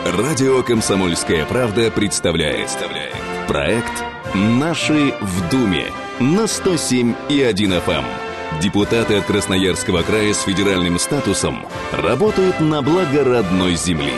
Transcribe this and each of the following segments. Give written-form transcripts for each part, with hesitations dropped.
Радио «Комсомольская правда» представляет проект «Наши в Думе» на 107,1 FM. Депутаты от Красноярского края с федеральным статусом работают на благо родной земли.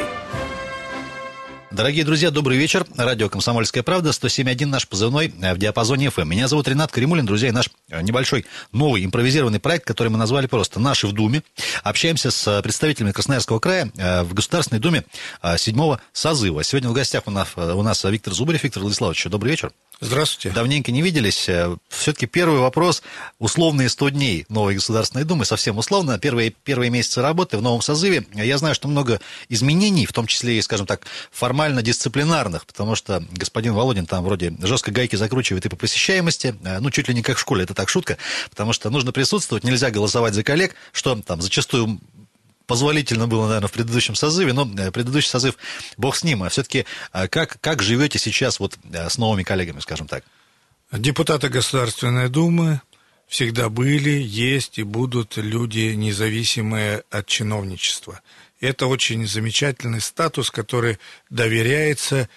Дорогие друзья, добрый вечер. Радио «Комсомольская правда», 107.1 наш позывной в диапазоне ФМ. Меня зовут Ренат Каримулин, друзья, и наш небольшой новый импровизированный проект, который мы назвали просто «Наши в Думе». Общаемся с представителями Красноярского края в Государственной Думе 7-го созыва. Сегодня в гостях у нас Виктор Зубарев. Виктор Владиславович, добрый вечер. Здравствуйте. Давненько не виделись. Все-таки первый вопрос. Условные 100 дней новой Государственной Думы, совсем условно. Первые месяцы работы в новом созыве. Я знаю, что много изменений, в том числе и, скажем так, формально-дисциплинарных, потому что господин Володин там вроде жестко гайки закручивает и по посещаемости, ну, чуть ли не как в школе, это так шутка, потому что нужно присутствовать, нельзя голосовать за коллег, что там зачастую позволительно было, наверное, в предыдущем созыве, но предыдущий созыв, бог с ним. А все-таки как живете сейчас вот с новыми коллегами, скажем так? Депутаты Государственной Думы всегда были, есть и будут люди, независимые от чиновничества. Это очень замечательный статус, который доверяется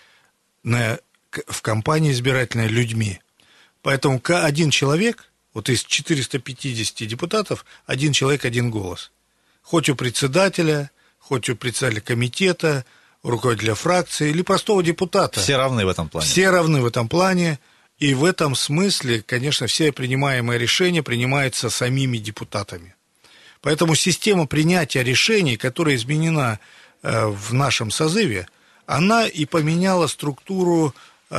в кампании избирательной людьми. Поэтому один человек, вот из 450 депутатов, один человек, один голос. Хоть у председателя, хоть у председателя комитета, у руководителя фракции или простого депутата. Все равны в этом плане. Все равны в этом плане. И в этом смысле, конечно, все принимаемые решения принимаются самими депутатами. Поэтому система принятия решений, которая изменена в нашем созыве, она и поменяла структуру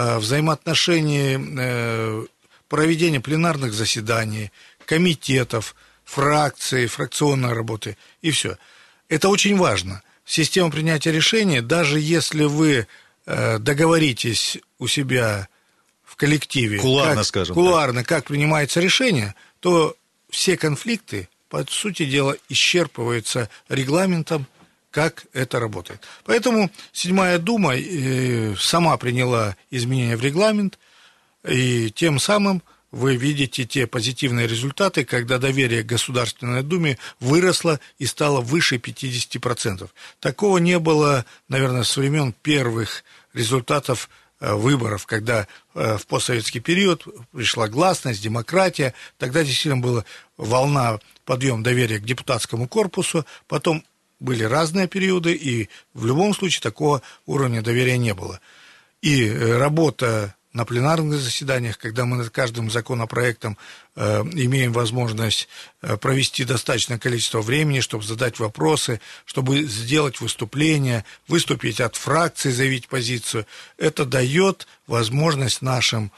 взаимоотношений проведения пленарных заседаний, комитетов, фракции, фракционной работы, и все. Это очень важно. Система принятия решений, даже если вы договоритесь у себя в коллективе, кулуарно, как принимается решение, то все конфликты, по сути дела, исчерпываются регламентом, как это работает. Поэтому 7-я Дума сама приняла изменения в регламент, и тем самым вы видите те позитивные результаты, когда доверие к Государственной Думе выросло и стало выше 50%. Такого не было, наверное, с времен первых результатов выборов, когда в постсоветский период пришла гласность, демократия. Тогда действительно была волна, подъем доверия к депутатскому корпусу, потом были разные периоды, и в любом случае такого уровня доверия не было. И работа на пленарных заседаниях, когда мы над каждым законопроектом имеем возможность провести достаточное количество времени, чтобы задать вопросы, чтобы сделать выступление, выступить от фракции, заявить позицию, это дает возможность нашим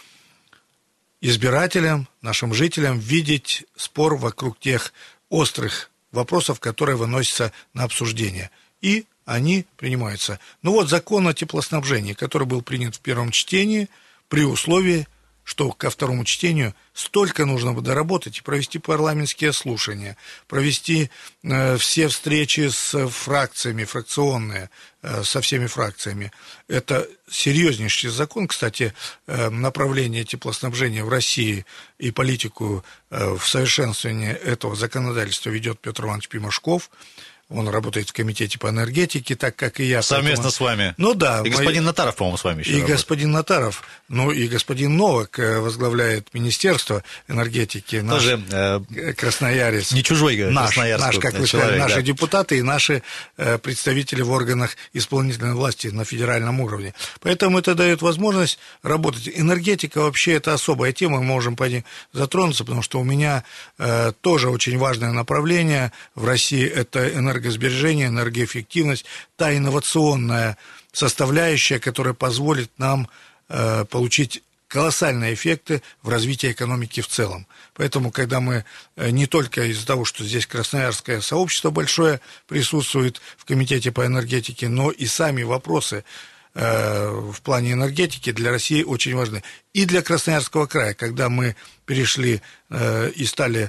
избирателям, нашим жителям видеть спор вокруг тех острых вопросов, которые выносятся на обсуждение. И они принимаются. Ну вот закон о теплоснабжении, который был принят в первом чтении, при условии, что ко второму чтению столько нужно доработать и провести парламентские слушания, провести все встречи с фракциями, фракционные, со всеми фракциями. Это серьезнейший закон. Кстати, направление теплоснабжения в России и политику в совершенствовании этого законодательства ведет Петр Иванович Пимашков. Он работает в комитете по энергетике, так как и я. Совместно с вами. Ну да. И господин Натаров, по-моему, с вами еще работает. Господин Натаров, ну и господин Новак возглавляет Министерство энергетики. Тоже красноярец. Не чужой красноярский наш, как вы сказали, наши депутаты и наши представители в органах исполнительной власти на федеральном уровне. Поэтому это дает возможность работать. Энергетика вообще это особая тема, мы можем по ней затронуться, потому что у меня тоже очень важное направление в России – это энергосбережение, энергоэффективность, та инновационная составляющая, которая позволит нам получить колоссальные эффекты в развитии экономики в целом. Поэтому, когда мы не только из-за того, что здесь красноярское сообщество большое присутствует в Комитете по энергетике, но и сами вопросы в плане энергетики для России очень важны. И для Красноярского края, когда мы перешли и стали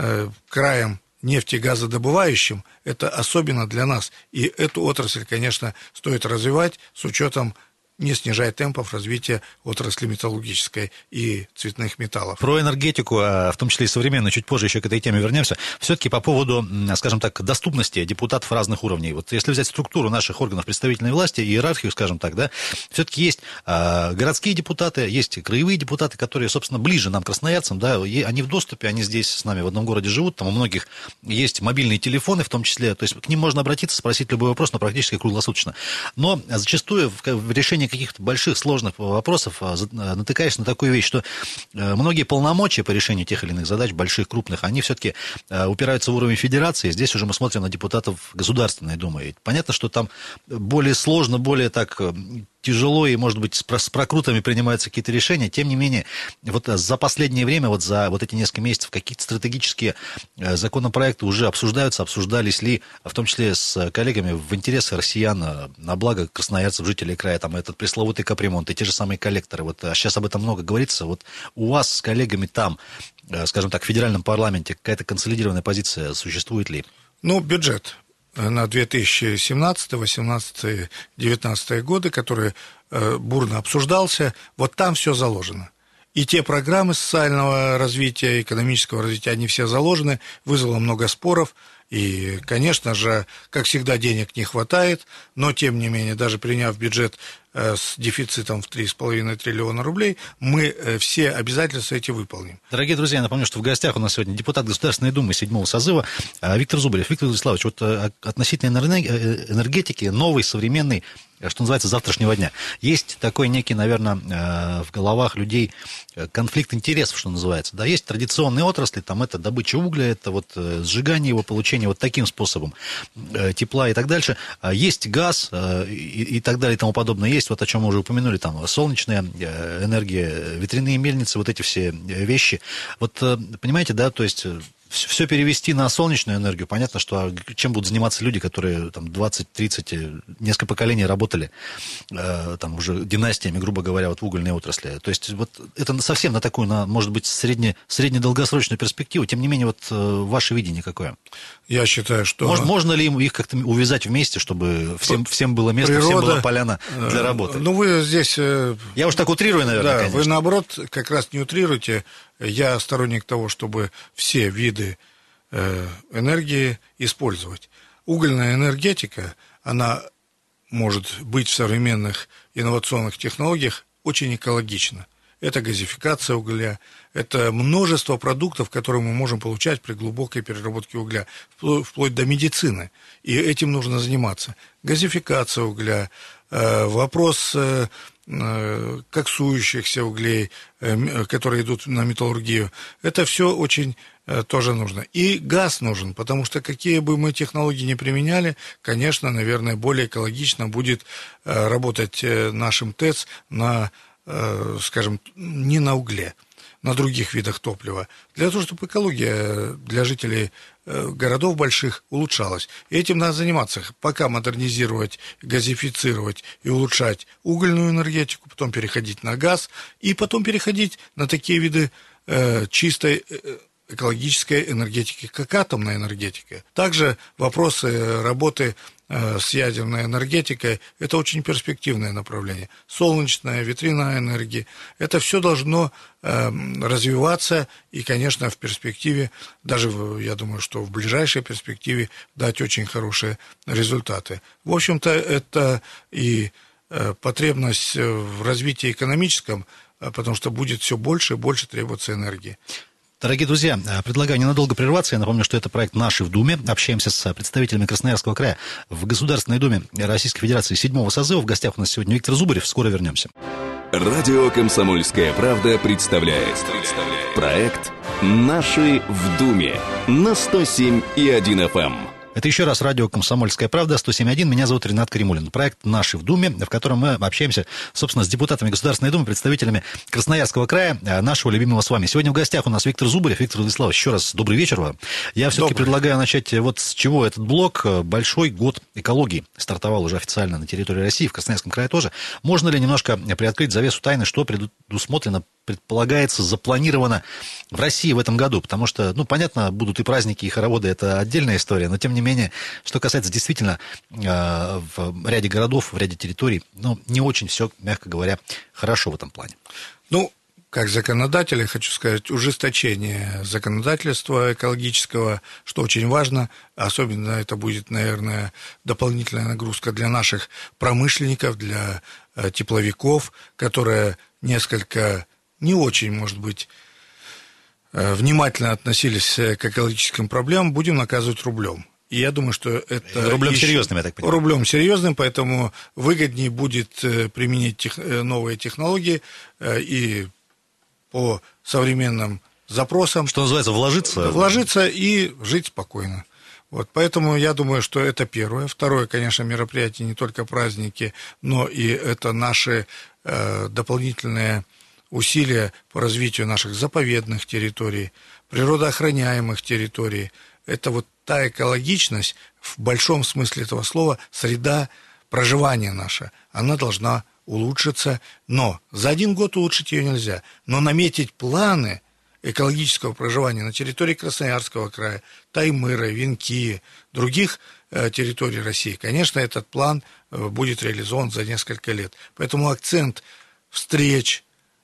краем нефтегазодобывающим, это особенно для нас. И эту отрасль, конечно, стоит развивать с учетом не снижая темпов развития отрасли металлургической и цветных металлов. Про энергетику, в том числе и современную, чуть позже еще к этой теме вернемся. Все-таки по поводу, скажем так, доступности депутатов разных уровней. Вот если взять структуру наших органов представительной власти, иерархию, скажем так, да, все-таки есть городские депутаты, есть краевые депутаты, которые, собственно, ближе нам, красноярцам, да, и они в доступе, они здесь с нами в одном городе живут, там у многих есть мобильные телефоны в том числе, то есть к ним можно обратиться, спросить любой вопрос, но практически круглосуточно. Но зачастую в решении каких-то больших, сложных вопросов натыкаешься на такую вещь, что многие полномочия по решению тех или иных задач, больших, крупных, они все-таки упираются в уровень федерации. Здесь уже мы смотрим на депутатов Государственной Думы. И понятно, что там более сложно, более так тяжело, и, может быть, с прокрутами принимаются какие-то решения. Тем не менее, вот за последнее время, вот за вот эти несколько месяцев, какие-то стратегические законопроекты уже обсуждались ли, в том числе с коллегами, в интересы россиян, на благо красноярцев, жителей края, там этот пресловутый капремонт и те же самые коллекторы. Вот сейчас об этом много говорится. Вот у вас с коллегами там, скажем так, в федеральном парламенте какая-то консолидированная позиция существует ли? Ну, бюджет на 2017, 2018, 2019 годы, который бурно обсуждался, вот там все заложено. И те программы социального развития, экономического развития, они все заложены, вызвало много споров. И, конечно же, как всегда, денег не хватает, но, тем не менее, даже приняв бюджет с дефицитом в 3,5 триллиона рублей, мы все обязательства эти выполним. Дорогие друзья, я напомню, что в гостях у нас сегодня депутат Государственной Думы 7-го созыва Виктор Зубарев. Виктор Владиславович, вот относительно энергетики, новый, современный, что называется, завтрашнего дня. Есть такой некий, наверное, в головах людей конфликт интересов, что называется. Да, есть традиционные отрасли, там это добыча угля, это вот сжигание его, получение вот таким способом тепла и так дальше. Есть газ и так далее и тому подобное. Есть вот о чем мы уже упомянули, там солнечная энергия, ветряные мельницы, вот эти все вещи. Вот понимаете, да, то есть все перевести на солнечную энергию, понятно, что чем будут заниматься люди, которые там 20-30, несколько поколений работали там уже династиями, грубо говоря, вот в угольной отрасли. То есть вот это совсем на такую, может быть, среднедолгосрочную перспективу. Тем не менее, вот ваше видение какое? Я считаю, что... Можно ли их как-то увязать вместе, чтобы всем было место, природа, всем была поляна для работы? Ну, вы здесь... Я уж так утрирую, наверное, да, конечно. Вы, наоборот, как раз не утрируете. Я сторонник того, чтобы все виды энергии использовать. Угольная энергетика, она может быть в современных инновационных технологиях очень экологична. Это газификация угля, это множество продуктов, которые мы можем получать при глубокой переработке угля, вплоть до медицины. И этим нужно заниматься. Газификация угля, вопрос коксующихся углей, которые идут на металлургию, это все очень тоже нужно. И газ нужен, потому что какие бы мы технологии ни применяли, конечно, наверное, более экологично будет работать нашим ТЭЦ на, скажем, не на угле, на других видах топлива, для того, чтобы экология для жителей городов больших улучшалась. И этим надо заниматься, пока модернизировать, газифицировать и улучшать угольную энергетику, потом переходить на газ, и потом переходить на такие виды чистой экологической энергетики, как атомная энергетика. Также вопросы работы с ядерной энергетикой – это очень перспективное направление. Солнечная, ветряная энергия – это все должно развиваться и, конечно, в перспективе, даже, я думаю, что в ближайшей перспективе дать очень хорошие результаты. В общем-то, это и потребность в развитии экономическом, потому что будет все больше и больше требоваться энергии. Дорогие друзья, предлагаю ненадолго прерваться. Я напомню, что это проект «Наши в Думе». Общаемся с представителями Красноярского края в Государственной Думе Российской Федерации 7-го созыва. В гостях у нас сегодня Виктор Зубарев. Скоро вернемся. Радио «Комсомольская правда» представляет проект «Наши в Думе» на 107,1 FM. Это еще раз радио «Комсомольская правда», 107.1. Меня зовут Ренат Каримулин. Проект «Наши в Думе», в котором мы общаемся, собственно, с депутатами Государственной Думы, представителями Красноярского края, нашего любимого с вами. Сегодня в гостях у нас Виктор Зубарев. Виктор Владиславович, еще раз добрый вечер вам. Я все-таки предлагаю начать вот с чего этот блок. Большой год экологии стартовал уже официально на территории России, в Красноярском крае тоже. Можно ли немножко приоткрыть завесу тайны, что предусмотрено предполагается, запланировано в России в этом году? Потому что, понятно, будут и праздники, и хороводы, это отдельная история, но, тем не менее, что касается действительно в ряде городов, в ряде территорий, не очень все, мягко говоря, хорошо в этом плане. Как законодатель, я хочу сказать, ужесточение законодательства экологического, что очень важно, особенно это будет, наверное, дополнительная нагрузка для наших промышленников, для тепловиков, которые несколько не очень, может быть, внимательно относились к экологическим проблемам, будем наказывать рублем. И я думаю, что это... Рублем серьезным, я так понимаю. Рублем серьезным, поэтому выгоднее будет применить новые технологии и по современным запросам. Что называется, вложиться? Вложиться и жить спокойно. Поэтому я думаю, что это первое. Второе, конечно, мероприятие не только праздники, но и это наши дополнительные усилия по развитию наших заповедных территорий, природоохраняемых территорий. Это та экологичность, в большом смысле этого слова, среда проживания наша. Она должна улучшиться, но за один год улучшить ее нельзя. Но наметить планы экологического проживания на территории Красноярского края, Таймыра, Венки, других территорий России, конечно, этот план будет реализован за несколько лет. Поэтому акцент встреч,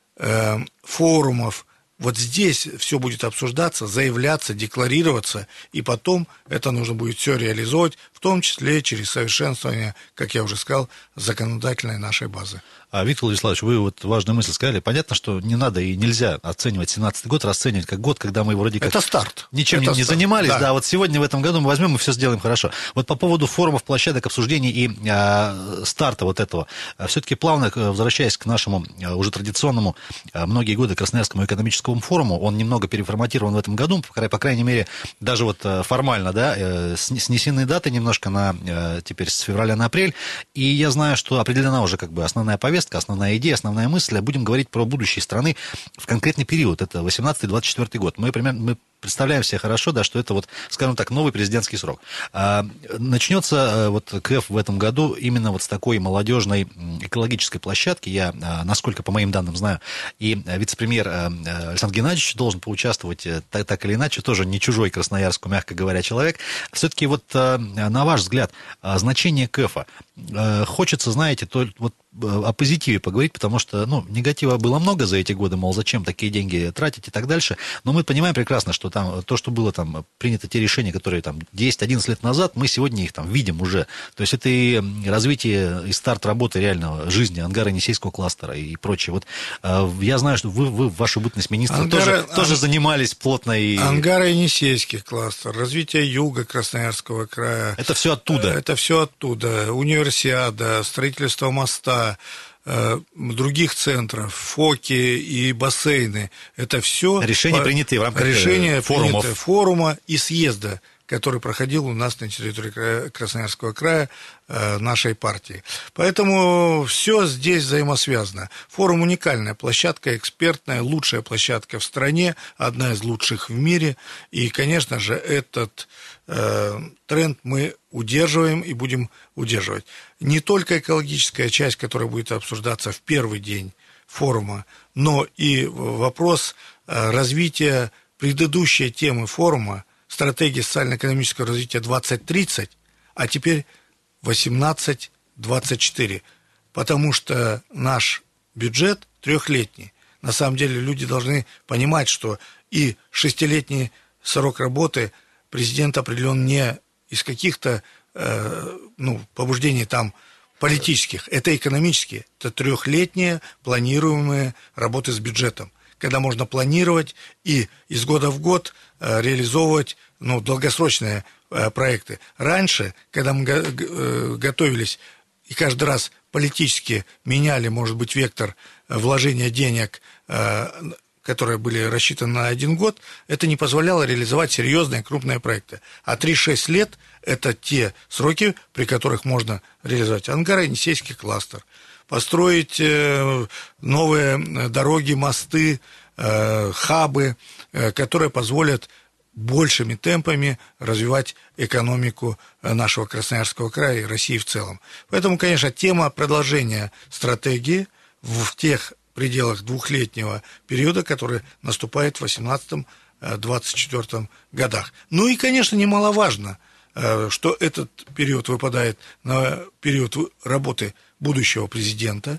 форумов, здесь все будет обсуждаться, заявляться, декларироваться, и потом это нужно будет все реализовать, в том числе через совершенствование, как я уже сказал, законодательной нашей базы. Виктор Владиславович, вы важную мысль сказали. Понятно, что не надо и нельзя оценивать 2017 год, расценивать как год, когда мы вроде как... Это старт. Ничем не занимались, да. Сегодня в этом году мы возьмем и все сделаем хорошо. По поводу форумов, площадок, обсуждений и старта этого, все-таки плавно, возвращаясь к нашему уже традиционному многие годы Красноярскому экономическому форуму, он немного переформатирован в этом году, по крайней мере, даже формально, да, снесены даты немножко теперь с февраля на апрель, и я знаю, что определена уже основная повестка, основная идея, основная мысль. Будем говорить про будущее страны в конкретный период. Это 18-24 год. Мы представляем себе хорошо, да, что это скажем так, новый президентский срок. Начнется КФ в этом году именно с такой молодежной экологической площадки. Я, насколько по моим данным знаю, и вице-премьер Александр Геннадьевич должен поучаствовать так или иначе, тоже не чужой Красноярску, мягко говоря, человек. Все-таки на ваш взгляд, значение КФа, хочется, знаете, о позитиве поговорить, потому что, негатива было много за эти годы, мол, зачем такие деньги тратить и так дальше, но мы понимаем прекрасно, что то, что было принято, те решения, которые 10-11 лет назад, мы сегодня их видим уже. То есть это и развитие, и старт работы реального жизни Ангара-Енисейского кластера и прочее. Я знаю, что вы в вашу бытность министра тоже занимались плотно. Ангара-Енисейский кластер, развитие юга Красноярского края. Это все оттуда? Это все оттуда. Универсиада, строительство моста, других центров, ФОКи и бассейны. Это все решения, принятые в рамках форума и съезда, который проходил у нас на территории Красноярского края нашей партии. Поэтому все здесь взаимосвязано. Форум — уникальная площадка, экспертная, лучшая площадка в стране, одна из лучших в мире. И, конечно же, этот тренд мы удерживаем и будем удерживать. Не только экологическая часть, которая будет обсуждаться в первый день форума, но и вопрос развития предыдущей темы форума, стратегии социально-экономического развития 2030, а теперь 18-24, потому что наш бюджет трехлетний. На самом деле люди должны понимать, что и шестилетний срок работы президент определен не из каких-то побуждений политических, это экономические, это трехлетние планируемые работы с бюджетом, когда можно планировать и из года в год реализовывать долгосрочные проекты. Раньше, когда мы готовились и каждый раз политически меняли, может быть, вектор вложения денег, которые были рассчитаны на 1 год, это не позволяло реализовать серьезные крупные проекты. А 3-6 лет – это те сроки, при которых можно реализовать Ангара-Енисейский кластер, построить новые дороги, мосты, хабы, которые позволят большими темпами развивать экономику нашего Красноярского края и России в целом. Поэтому, конечно, тема продолжения стратегии в тех пределах двухлетнего периода, который наступает в 2018-2024 годах. Ну и, конечно, немаловажно, что этот период выпадает на период работы будущего президента.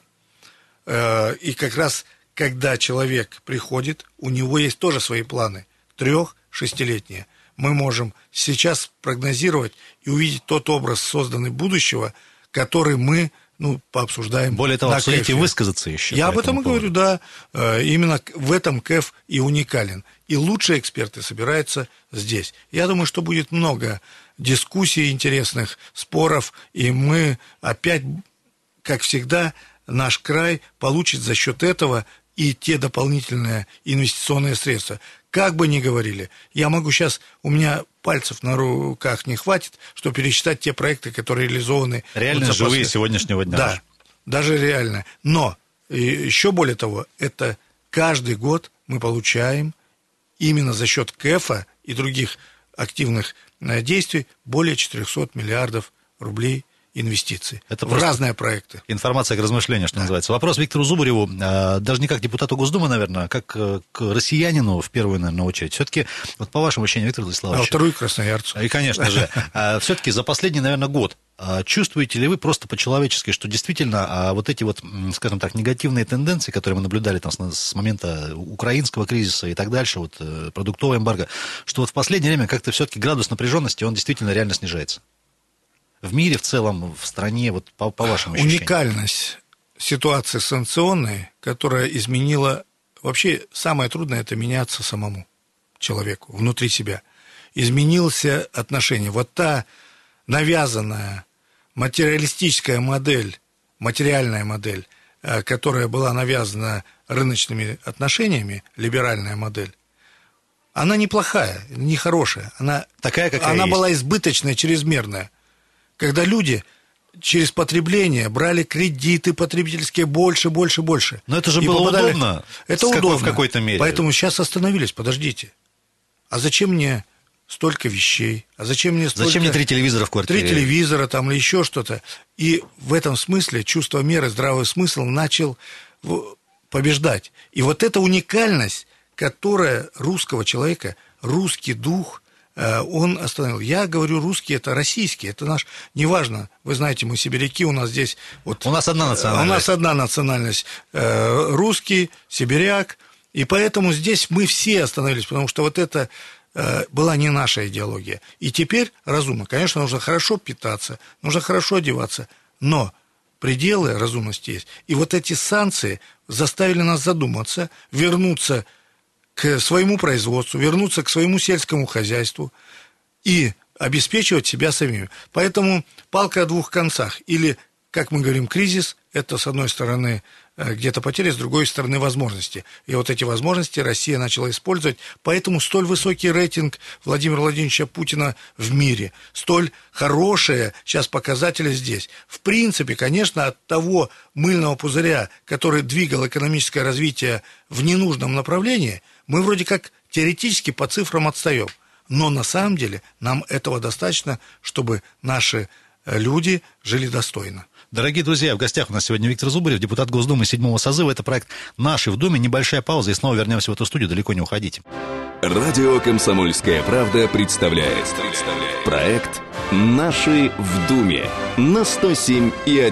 И как раз, когда человек приходит, у него есть тоже свои планы, 3-6-летние. Мы можем сейчас прогнозировать и увидеть тот образ созданный будущего, который мы пообсуждаем. Более того, на обсудить и КЭФе. высказаться еще. Я об этом и говорю, да. Именно в этом КЭФ и уникален. И лучшие эксперты собираются здесь. Я думаю, что будет много дискуссий интересных, споров, и мы опять, как всегда, наш край получит за счет этого и те дополнительные инвестиционные средства. Как бы ни говорили, я могу сейчас, у меня пальцев на руках не хватит, чтобы пересчитать те проекты, которые реализованы. Реально живые сегодняшнего дня. Да, даже реально. Но, еще более того, это каждый год мы получаем именно за счет КЭФа и других активных действий более 400 миллиардов рублей инвестиций в разные проекты. Информация к размышлению, что называется. Вопрос Виктору Зубареву, даже не как депутату Госдумы, наверное, а как к россиянину в первую, наверное, очередь. Все-таки, вот по вашему ощущению, Виктор Владиславович... А вторую красноярцу. И, конечно же, все-таки за последний, наверное, год чувствуете ли вы просто по-человечески, что действительно вот эти вот, скажем так, негативные тенденции, которые мы наблюдали там с момента украинского кризиса и так дальше, вот продуктовое эмбарго, что вот в последнее время как-то все-таки градус напряженности, он действительно реально снижается? В мире в целом, в стране, вот по вашему ощущению? Уникальность ситуации санкционной, которая изменила... Вообще, самое трудное – это меняться самому человеку, внутри себя. Изменился отношение. Вот та навязанная материалистическая модель, материальная модель, которая была навязана рыночными отношениями, либеральная модель, она неплохая, не хорошая. Она такая, какая она есть. Была избыточная, чрезмерная. Когда люди через потребление брали кредиты потребительские больше. Но это же было удобно. Это удобно. В какой-то мере. Поэтому сейчас остановились, подождите. А зачем мне столько вещей? А зачем мне 3 телевизора в квартире? 3 телевизора там или еще что-то. И в этом смысле чувство меры, здравый смысл начал побеждать. И вот эта уникальность, которая русского человека, русский дух, он остановил. Я говорю, русский – это российский, это наш, неважно, вы знаете, мы сибиряки, у нас здесь... Вот, у нас одна национальность. У нас одна национальность. Русский, сибиряк, и поэтому здесь мы все остановились, потому что вот это была не наша идеология. И теперь разумно. Конечно, нужно хорошо питаться, нужно хорошо одеваться, но пределы разумности есть. И вот эти санкции заставили нас задуматься, вернуться к своему производству, вернуться к своему сельскому хозяйству и обеспечивать себя самими. Поэтому палка о двух концах. Или, как мы говорим, кризис – это, с одной стороны, где-то потери, с другой стороны, возможности. И вот эти возможности Россия начала использовать. Поэтому столь высокий рейтинг Владимира Владимировича Путина в мире, столь хорошие сейчас показатели здесь. В принципе, конечно, от того мыльного пузыря, который двигал экономическое развитие в ненужном направлении, мы вроде как теоретически по цифрам отстаем. Но на самом деле нам этого достаточно, чтобы наши люди жили достойно. Дорогие друзья, в гостях у нас сегодня Виктор Зубарев, депутат Госдумы 7-го созыва. Это проект «Наши в Думе». Небольшая пауза, и снова вернемся в эту студию. Далеко не уходите. Радио «Комсомольская правда» представляет проект «Наши в Думе» на 107,1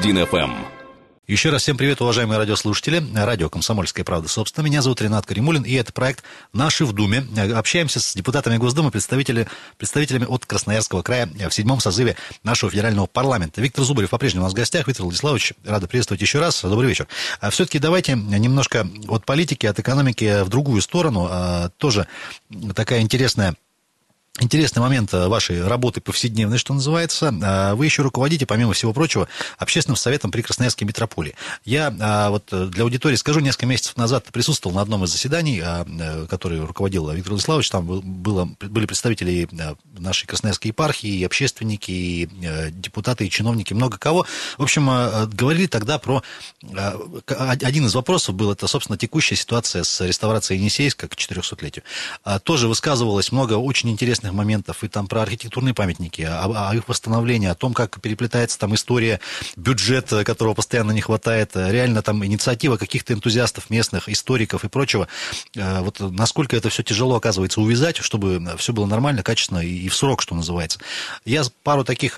FM. Еще раз всем привет, уважаемые радиослушатели. Радио «Комсомольская правда», собственно. Меня зовут Ренат Каримулин, и это проект «Наши в Думе». Общаемся с депутатами Госдумы, представителями от Красноярского края в 7-м созыве нашего федерального парламента. Виктор Зубарев по-прежнему у нас в гостях. Виктор Владиславович, рада приветствовать еще раз. Добрый вечер. Все-таки давайте немножко от политики, от экономики в другую сторону. Тоже такая интересный момент вашей работы повседневной, что называется. Вы еще руководите, помимо всего прочего, общественным советом при Красноярской метрополии. Я вот для аудитории скажу, несколько месяцев назад присутствовал на одном из заседаний, которые руководил Виктор Владиславович. Там были представители нашей Красноярской епархии, и общественники, и депутаты, и чиновники, много кого. В общем, говорили тогда про... Один из вопросов был, это, собственно, текущая ситуация с реставрацией Енисейска к 400-летию. Тоже высказывалось много очень интересных различных моментов, и там про архитектурные памятники, о их восстановлении, о том, как переплетается там история, бюджет, которого постоянно не хватает, реально там инициатива каких-то энтузиастов местных, историков и прочего. Вот насколько это все тяжело, оказывается, увязать, чтобы все было нормально, качественно и в срок, что называется. Я пару таких,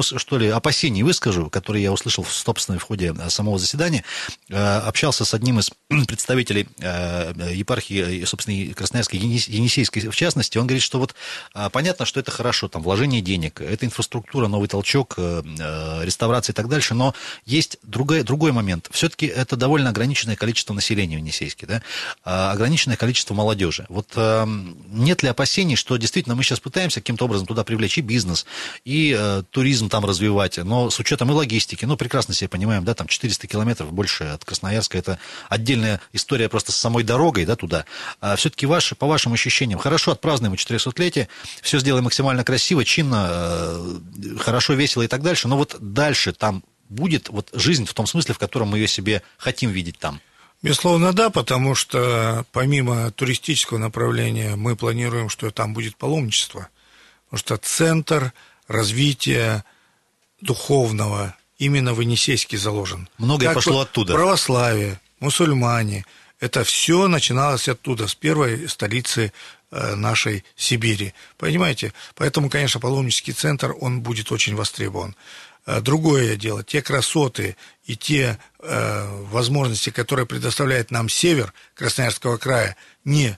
опасений выскажу, которые я услышал, собственно, в ходе самого заседания. Общался с одним из представителей епархии, собственно, Красноярской, Енисейской, в частности. Он говорит, что вот понятно, что это хорошо, там, вложение денег, это инфраструктура, новый толчок, реставрация и так дальше, но есть другой момент. Все-таки это довольно ограниченное количество населения в Енисейске, да? Ограниченное количество молодежи. Вот нет ли опасений, что действительно мы сейчас пытаемся каким-то образом туда привлечь и бизнес, и туризм там развивать, но с учетом и логистики, прекрасно себе понимаем, да, там 400 километров больше от Красноярска, это отдельная история просто с самой дорогой, да, туда. А все-таки по вашим ощущениям, хорошо, отпразднуем 400-летие, все сделаем максимально красиво, чинно, хорошо, весело и так дальше, но вот дальше там будет вот жизнь в том смысле, в котором мы ее себе хотим видеть там? Безусловно, да, потому что помимо туристического направления мы планируем, что там будет паломничество, потому что центр развития духовного именно в Енисейске заложен. Многое пошло оттуда. Православие, мусульмане, это все начиналось оттуда, с первой столицы нашей Сибири. Понимаете? Поэтому, конечно, паломнический центр, он будет очень востребован. Другое дело, те красоты и те возможности, которые предоставляет нам север Красноярского края, не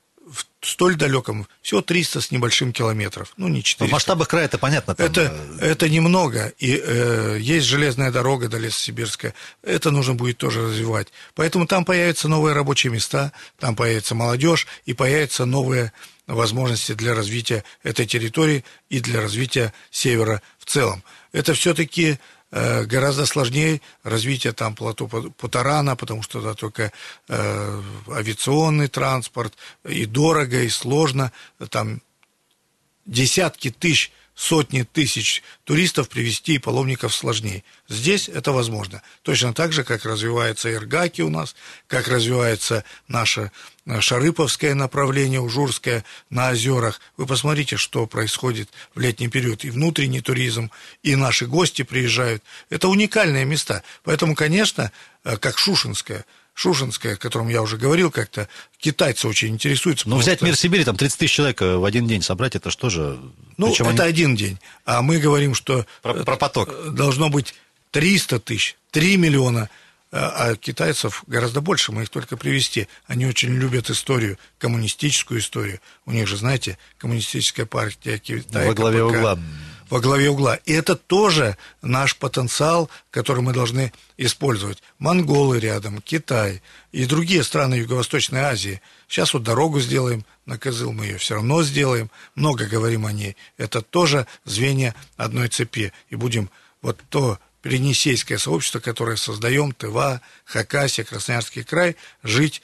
в столь далеком, всего 300 с небольшим километров, не 400. В масштабах края это понятно. Там... Это немного, и есть железная дорога до Лесосибирска, это нужно будет тоже развивать. Поэтому там появятся новые рабочие места, там появится молодежь, и появятся новые возможности для развития этой территории и для развития севера в целом. Это все-таки гораздо сложнее развитие там плато Путарана, потому что туда только авиационный транспорт, и дорого, и сложно. Там десятки тысяч, сотни тысяч туристов привезти и паломников сложнее. Здесь это возможно. Точно так же, как развивается Иргаки у нас, как развивается наше Шарыповское направление, Ужурское на озерах. Вы посмотрите, что происходит в летний период. И внутренний туризм, и наши гости приезжают. Это уникальные места. Поэтому, конечно, как Шушенское, о котором я уже говорил как-то, китайцы очень интересуются. Но взять мир Сибири, там 30 тысяч человек в один день собрать, это что же? Это один день. А мы говорим, что про поток должно быть 300 тысяч, 3 миллиона, а китайцев гораздо больше, мы их только привезти. Они очень любят историю, коммунистическую историю. У них же, знаете, коммунистическая партия Китая. Во главе угла. И это тоже наш потенциал, который мы должны использовать. Монголы рядом, Китай и другие страны Юго-Восточной Азии. Сейчас вот дорогу сделаем на Кызыл, мы ее все равно сделаем. Много говорим о ней. Это тоже звенья одной цепи. И будем вот то Енисейское сообщество, которое создаем, Тыва, Хакасия, Красноярский край, жить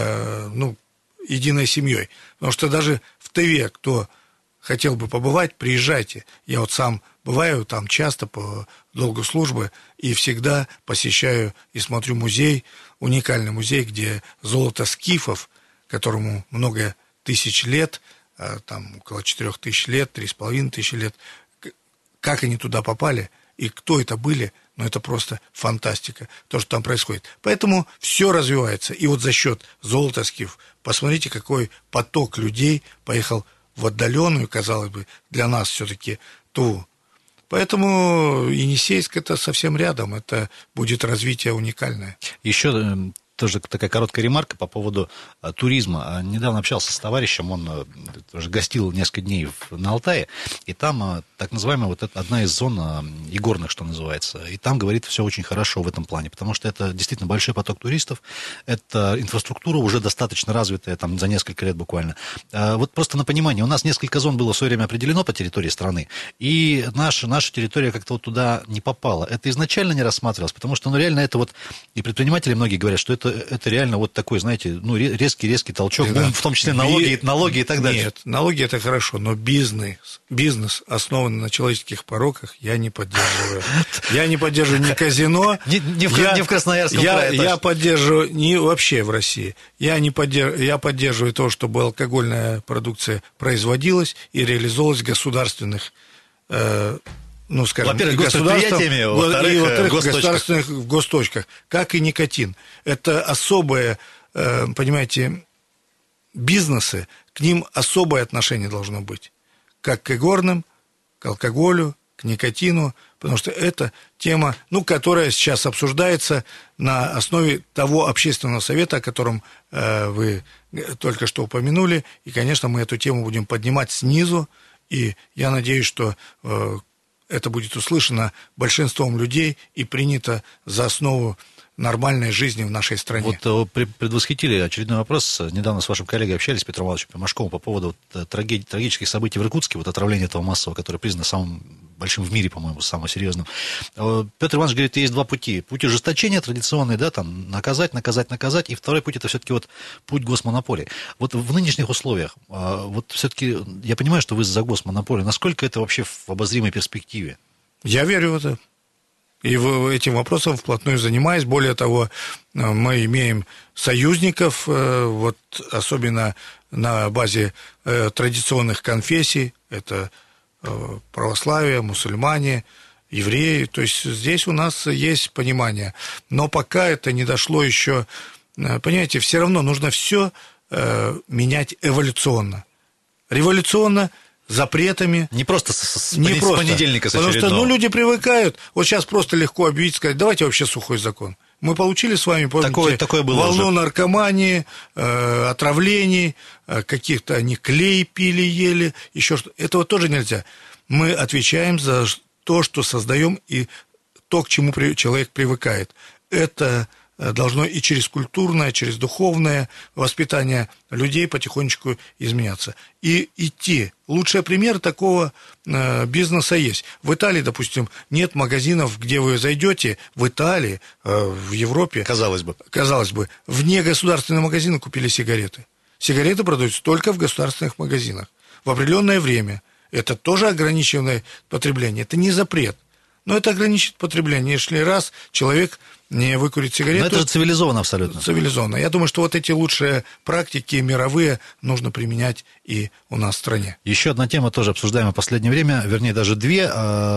единой семьей. Потому что даже в Тыве, кто хотел бы побывать, приезжайте. Я вот сам бываю там часто по долгу службы и всегда посещаю и смотрю музей, уникальный музей, где золото скифов, которому много тысяч лет, там около 4000 лет, 3500 лет, как они туда попали и кто это были, это просто фантастика, то, что там происходит. Поэтому все развивается. И вот за счет золота скифов, посмотрите, какой поток людей поехал в отдаленную, казалось бы, для нас все-таки Туву. Поэтому Енисейск это совсем рядом, это будет развитие уникальное. Еще тоже такая короткая ремарка по поводу туризма. Недавно общался с товарищем, он тоже гостил несколько дней на Алтае, и там так называемая вот эта одна из зон игорных, что называется, и там, говорит, все очень хорошо в этом плане, потому что это действительно большой поток туристов, это инфраструктура уже достаточно развитая, там за несколько лет буквально. Вот просто на понимание, у нас несколько зон было в свое время определено по территории страны, и наша территория как-то вот туда не попала. Это изначально не рассматривалось, потому что, реально это вот, и предприниматели многие говорят, что это что это реально вот такой, знаете, ну, резкий толчок, да. В том числе налоги и так далее. Нет, налоги это хорошо, но бизнес, основанный на человеческих пороках, я не поддерживаю. Я не поддерживаю ни казино. Не в Красноярском крае. Я поддерживаю, не вообще в России. Я поддерживаю то, чтобы алкогольная продукция производилась и реализовывалась в государственных, ну, скажем, во-первых, госпредприятиями, во-вторых, государственных в госточках, как и никотин. Это особое, понимаете, бизнесы, к ним особое отношение должно быть, как к игорным, к алкоголю, к никотину, потому что это тема, ну, которая сейчас обсуждается на основе того общественного совета, о котором вы только что упомянули, и, конечно, мы эту тему будем поднимать снизу, и я надеюсь, что это будет услышано большинством людей и принято за основу нормальной жизни в нашей стране. Вот предвосхитили очередной вопрос. Недавно с вашим коллегой общались, Петром Ивановичем Машковым, по поводу трагических событий в Иркутске, вот отравление этого массового, которое признано самым большим в мире, по-моему, самым серьезным. Петр Иванович говорит, есть два пути. Путь ужесточения традиционный, да, там, наказать, и второй путь, это все-таки вот путь госмонополии. Вот в нынешних условиях, вот все-таки, я понимаю, что вы за госмонополию, насколько это вообще в обозримой перспективе? Я верю в это. И этим вопросом вплотную занимаюсь. Более того, мы имеем союзников, вот особенно на базе традиционных конфессий. Это православие, мусульмане, евреи. То есть здесь у нас есть понимание. Но пока это не дошло еще, понимаете, все равно нужно все менять эволюционно. Революционно, запретами. Не просто с понедельника, с очередного. Потому что, люди привыкают. Вот сейчас просто легко объявить, сказать, давайте вообще сухой закон. Мы получили с вами, помните, такое было волну уже. Наркомании, отравлений, каких-то они клей пили, ели, еще что-то. Этого тоже нельзя. Мы отвечаем за то, что создаем, и то, к чему человек привыкает. Это должно и через культурное, через духовное воспитание людей потихонечку изменяться. И идти. Лучший пример такого бизнеса есть. В Италии, допустим, нет магазинов, где вы зайдете, в Италии, в Европе. Казалось бы, вне государственного магазина купили сигареты. Сигареты продаются только в государственных магазинах. В определенное время. Это тоже ограниченное потребление. Это не запрет. Но это ограничит потребление. Если раз человек не выкурит сигарету... Но это же цивилизованно абсолютно. Цивилизованно. Я думаю, что вот эти лучшие практики мировые нужно применять и у нас в стране. Еще одна тема, тоже обсуждаемая в последнее время, вернее, даже две.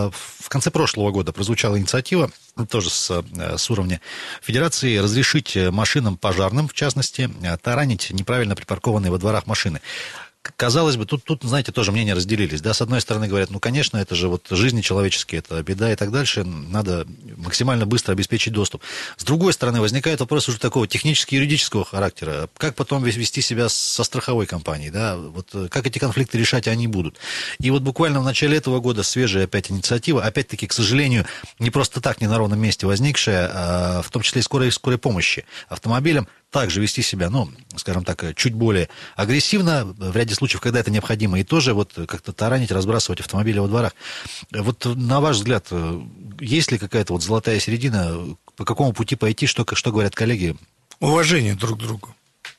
В конце прошлого года прозвучала инициатива, тоже с уровня Федерации, разрешить машинам пожарным, в частности, таранить неправильно припаркованные во дворах машины. Казалось бы, тут, знаете, тоже мнения разделились. Да? С одной стороны говорят, конечно, это же вот жизни человеческие, это беда и так дальше, надо максимально быстро обеспечить доступ. С другой стороны, возникает вопрос уже такого технически-юридического характера. Как потом вести себя со страховой компанией? Да? Вот как эти конфликты решать они будут? И вот буквально в начале этого года свежая опять инициатива, опять-таки, к сожалению, не просто так, не на ровном месте возникшая, в том числе и скорой помощи автомобилям, также вести себя, скажем так, чуть более агрессивно, в ряде случаев, когда это необходимо, и тоже вот как-то таранить, разбрасывать автомобили во дворах. Вот на ваш взгляд, есть ли какая-то вот золотая середина, по какому пути пойти, что говорят коллеги? Уважение друг к другу.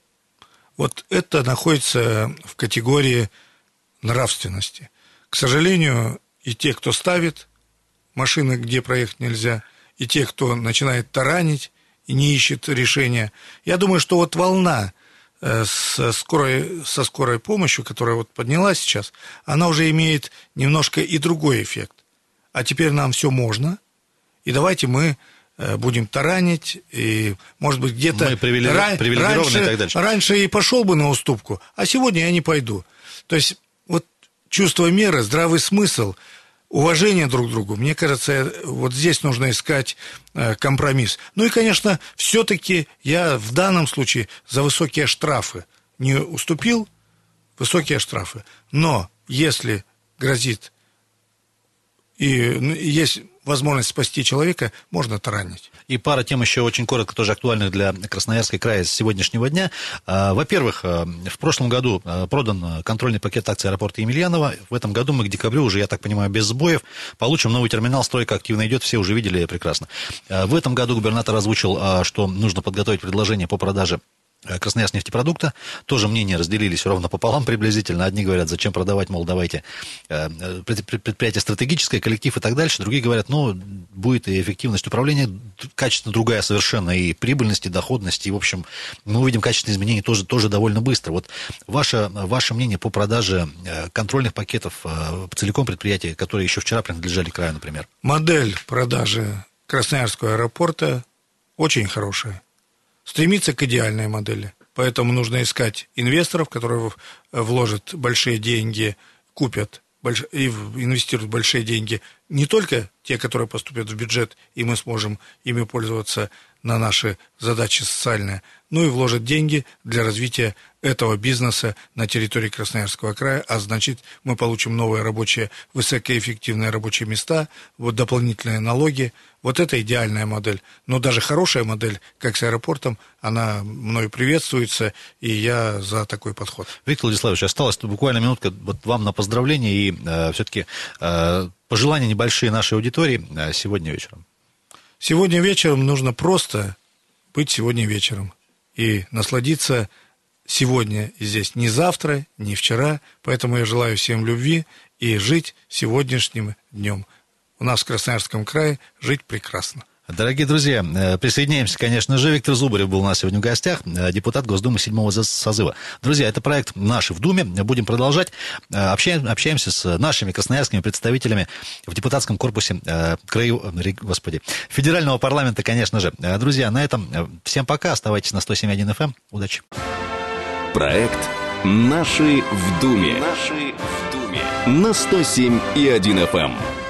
Вот это находится в категории нравственности. К сожалению, и те, кто ставит машины, где проехать нельзя, и те, кто начинает таранить, и не ищет решения. Я думаю, что вот волна со скорой помощью, которая вот поднялась сейчас, она уже имеет немножко и другой эффект. А теперь нам все можно, и давайте мы будем таранить, и, может быть, где-то мы привилегированные и так дальше. Раньше и пошел бы на уступку, а сегодня я не пойду. То есть вот чувство меры, здравый смысл, уважение друг к другу, мне кажется, вот здесь нужно искать компромисс. Ну и, конечно, все-таки я в данном случае за высокие штрафы не уступил, высокие штрафы. Но если грозит и есть возможность спасти человека, можно таранить. И пара тем еще очень коротко, тоже актуальных для Красноярского края с сегодняшнего дня. Во-первых, в прошлом году продан контрольный пакет акций аэропорта Емельянова. В этом году мы к декабрю уже, я так понимаю, без сбоев получим новый терминал. Стройка активно идет, все уже видели прекрасно. В этом году губернатор озвучил, что нужно подготовить предложение по продаже Красноярснефтепродукта. Тоже мнения разделились ровно пополам приблизительно. Одни говорят, зачем продавать, мол, давайте предприятие стратегическое, коллектив и так дальше. Другие говорят, будет и эффективность управления качественно другая совершенно, и прибыльность, и доходность, и, в общем, мы увидим качественные изменения тоже довольно быстро. Вот ваше мнение по продаже контрольных пакетов целиком предприятия, которые еще вчера принадлежали краю, например. Модель продажи Красноярского аэропорта очень хорошая. Стремиться к идеальной модели. Поэтому нужно искать инвесторов, которые вложат большие деньги, купят и инвестируют большие деньги. Не только те, которые поступят в бюджет, и мы сможем ими пользоваться на наши задачи социальные, но и вложат деньги для развития этого бизнеса на территории Красноярского края, а значит, мы получим новые рабочие, высокоэффективные рабочие места, дополнительные налоги. Вот это идеальная модель. Но даже хорошая модель, как с аэропортом, она мною приветствуется, и я за такой подход. Виктор Владиславович, осталась буквально минутка вот вам на поздравление и все-таки пожелания небольшие нашей аудитории сегодня вечером. Сегодня вечером нужно просто быть сегодня вечером и насладиться сегодня и здесь, не завтра, не вчера. Поэтому я желаю всем любви и жить сегодняшним днем. У нас в Красноярском крае жить прекрасно. Дорогие друзья, присоединяемся, конечно же. Виктор Зубарев был у нас сегодня в гостях, депутат Госдумы 7-го созыва. Друзья, это проект «Наши в Думе». Будем продолжать. Общаемся с нашими красноярскими представителями в депутатском корпусе федерального парламента, конечно же. Друзья, на этом всем пока. Оставайтесь на 107.1 FM. Удачи. Проект «Наши в Думе». На 107.1 FM.